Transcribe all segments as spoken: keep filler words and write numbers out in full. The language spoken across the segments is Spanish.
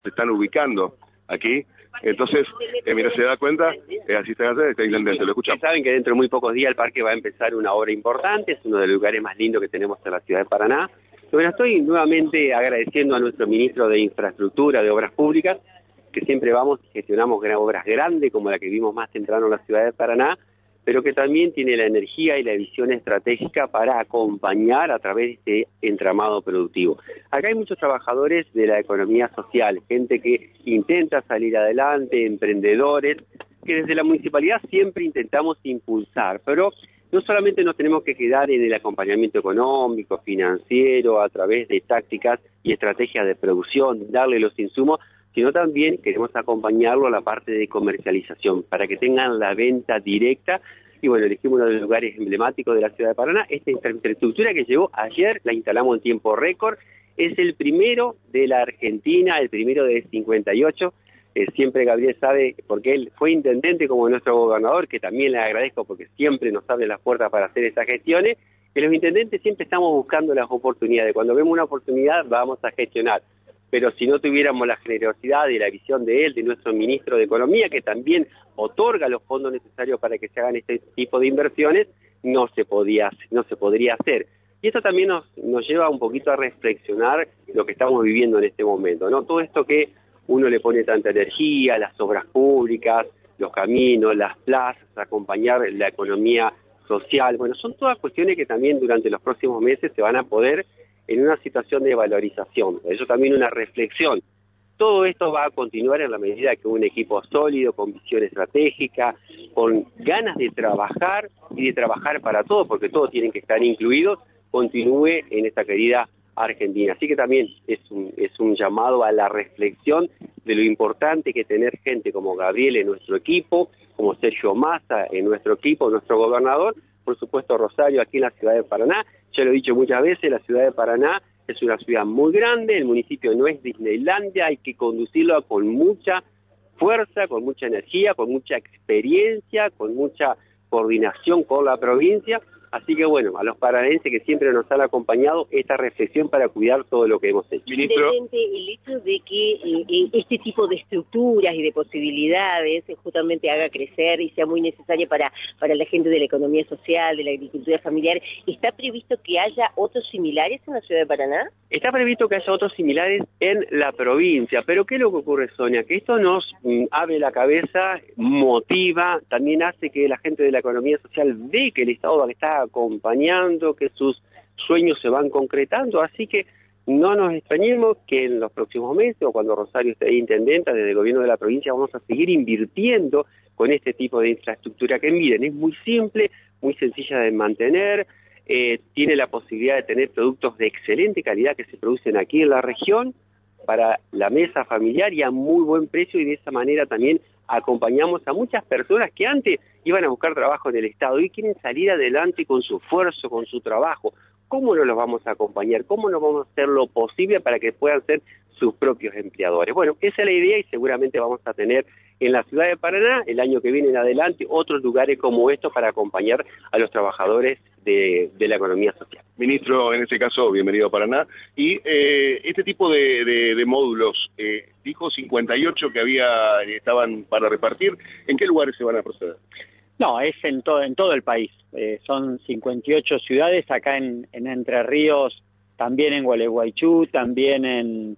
se están ubicando aquí. Entonces, eh, mira, se da cuenta, eh, así está, está intendente, lo escuchamos. Saben que dentro de muy pocos días el parque va a empezar una obra importante, es uno de los lugares más lindos que tenemos en la ciudad de Paraná. Bueno, estoy nuevamente agradeciendo a nuestro ministro de Infraestructura, de Obras Públicas, que siempre vamos y gestionamos obras grandes como la que vimos más temprano en la ciudad de Paraná, pero que también tiene la energía y la visión estratégica para acompañar a través de este entramado productivo. Acá hay muchos trabajadores de la economía social, gente que intenta salir adelante, emprendedores, que desde la municipalidad siempre intentamos impulsar, pero no solamente nos tenemos que quedar en el acompañamiento económico, financiero, a través de tácticas y estrategias de producción, darle los insumos, sino también queremos acompañarlo a la parte de comercialización, para que tengan la venta directa. Y bueno, elegimos uno de los lugares emblemáticos de la ciudad de Paraná. Esta infraestructura que llegó ayer, la instalamos en tiempo récord, es el primero de la Argentina, el primero de cincuenta y ocho. Eh, siempre Gabriel sabe, porque él fue intendente como nuestro gobernador, que también le agradezco porque siempre nos abre las puertas para hacer esas gestiones, que los intendentes siempre estamos buscando las oportunidades. Cuando vemos una oportunidad, vamos a gestionar. Pero si no tuviéramos la generosidad y la visión de él, de nuestro ministro de Economía, que también otorga los fondos necesarios para que se hagan este tipo de inversiones, no se podía, no se podría hacer. Y esto también nos, nos lleva un poquito a reflexionar lo que estamos viviendo en este momento, ¿no? Todo esto que uno le pone tanta energía, las obras públicas, los caminos, las plazas, acompañar la economía social, bueno, son todas cuestiones que también durante los próximos meses se van a poder en una situación de valorización, eso también una reflexión. Todo esto va a continuar en la medida que un equipo sólido, con visión estratégica, con ganas de trabajar y de trabajar para todos, porque todos tienen que estar incluidos, continúe en esta querida Argentina. Así que también es un, es un llamado a la reflexión de lo importante que tener gente como Gabriel en nuestro equipo, como Sergio Massa en nuestro equipo, nuestro gobernador, por supuesto Rosario aquí en la ciudad de Paraná. Ya lo he dicho muchas veces, la ciudad de Paraná es una ciudad muy grande, el municipio no es Disneylandia, hay que conducirlo con mucha fuerza, con mucha energía, con mucha experiencia, con mucha coordinación con la provincia. Así que bueno, a los paranaenses que siempre nos han acompañado, esta reflexión para cuidar todo lo que hemos hecho. Ministro, el hecho de que eh, este tipo de estructuras y de posibilidades eh, justamente haga crecer y sea muy necesaria para, para la gente de la economía social, de la agricultura familiar, ¿está previsto que haya otros similares en la ciudad de Paraná? Está previsto que haya otros similares en la provincia, pero ¿qué es lo que ocurre, Sonia? Que esto nos mm, abre la cabeza, motiva, también hace que la gente de la economía social ve que el Estado está acompañando, que sus sueños se van concretando, así que no nos extrañemos que en los próximos meses, o cuando Rosario esté intendenta, desde el gobierno de la provincia vamos a seguir invirtiendo con este tipo de infraestructura que miren, es muy simple, muy sencilla de mantener, eh, tiene la posibilidad de tener productos de excelente calidad que se producen aquí en la región para la mesa familiar y a muy buen precio, y de esa manera también acompañamos a muchas personas que antes iban a buscar trabajo en el Estado y quieren salir adelante con su esfuerzo, con su trabajo. ¿Cómo no los vamos a acompañar? ¿Cómo no vamos a hacer lo posible para que puedan ser sus propios empleadores? Bueno, esa es la idea y seguramente vamos a tener en la ciudad de Paraná, el año que viene en adelante, otros lugares como estos para acompañar a los trabajadores de, de la economía social. Ministro, en este caso, bienvenido a Paraná. Y eh, este tipo de, de, de módulos, eh, dijo cincuenta y ocho que había estaban para repartir, ¿en qué lugares se van a proceder? No, es en todo en todo el país. Eh, son cincuenta y ocho ciudades, acá en, en Entre Ríos, también en Gualeguaychú, también en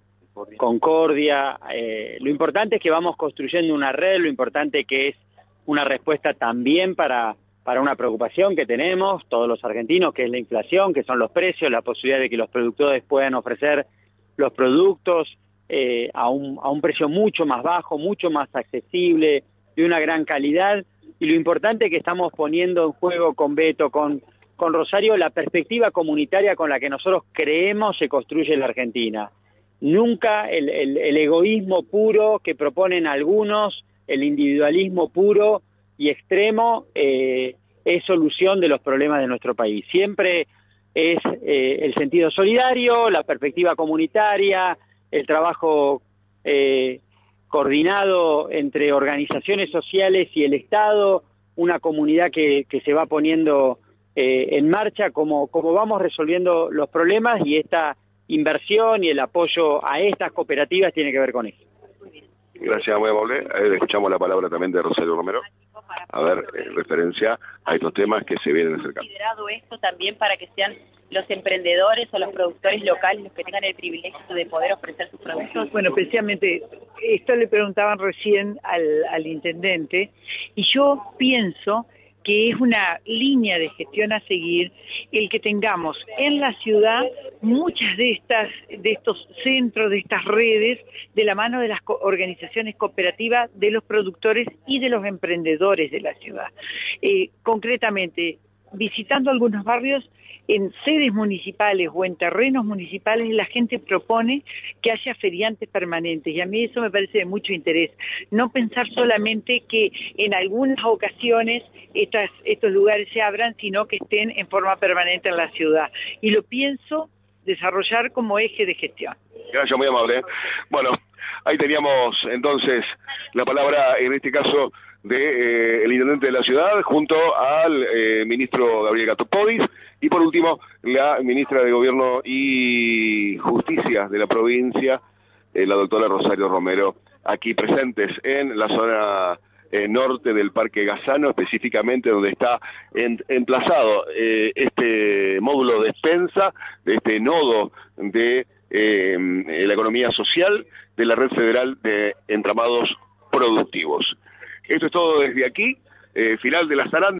Concordia. Eh, lo importante es que vamos construyendo una red, lo importante que es una respuesta también para, para una preocupación que tenemos todos los argentinos, que es la inflación, que son los precios, la posibilidad de que los productores puedan ofrecer los productos eh, a, un, a un precio mucho más bajo, mucho más accesible, de una gran calidad. Y lo importante es que estamos poniendo en juego con Beto, con, con Rosario, la perspectiva comunitaria con la que nosotros creemos se construye la Argentina. Nunca el, el, el egoísmo puro que proponen algunos, el individualismo puro y extremo, eh, es solución de los problemas de nuestro país. Siempre es eh, el sentido solidario, la perspectiva comunitaria, el trabajo eh, coordinado entre organizaciones sociales y el Estado, una comunidad que, que se va poniendo eh, en marcha, como, como vamos resolviendo los problemas, y esta inversión y el apoyo a estas cooperativas tiene que ver con eso. Gracias, muy amable. Eh, escuchamos la palabra también de Rosario Romero. A ver, en referencia a estos temas que se vienen acercando. Considerado esto también para que sean los emprendedores o los productores locales los que tengan el privilegio de poder ofrecer sus productos? Bueno, precisamente esto le preguntaban recién al, al intendente, y yo pienso que es una línea de gestión a seguir el que tengamos en la ciudad muchas de estas de estos centros, de estas redes, de la mano de las co- organizaciones cooperativas, de los productores y de los emprendedores de la ciudad. Eh, concretamente, visitando algunos barrios, en sedes municipales o en terrenos municipales, la gente propone que haya feriantes permanentes, y a mí eso me parece de mucho interés. No pensar solamente que en algunas ocasiones estas, estos lugares se abran, sino que estén en forma permanente en la ciudad. Y lo pienso desarrollar como eje de gestión. Gracias, muy amable. Bueno, ahí teníamos entonces la palabra, en este caso, de eh, el intendente de la ciudad, junto al eh, ministro Gabriel Gatopodis, y por último, la ministra de Gobierno y Justicia de la provincia, eh, la doctora Rosario Romero, aquí presentes en la zona eh, norte del Parque Gazano, específicamente donde está en, emplazado eh, este módulo de despensa, de este nodo de eh, la economía social de la Red Federal de Entramados Productivos. Esto es todo desde aquí, eh, final de la zaranda.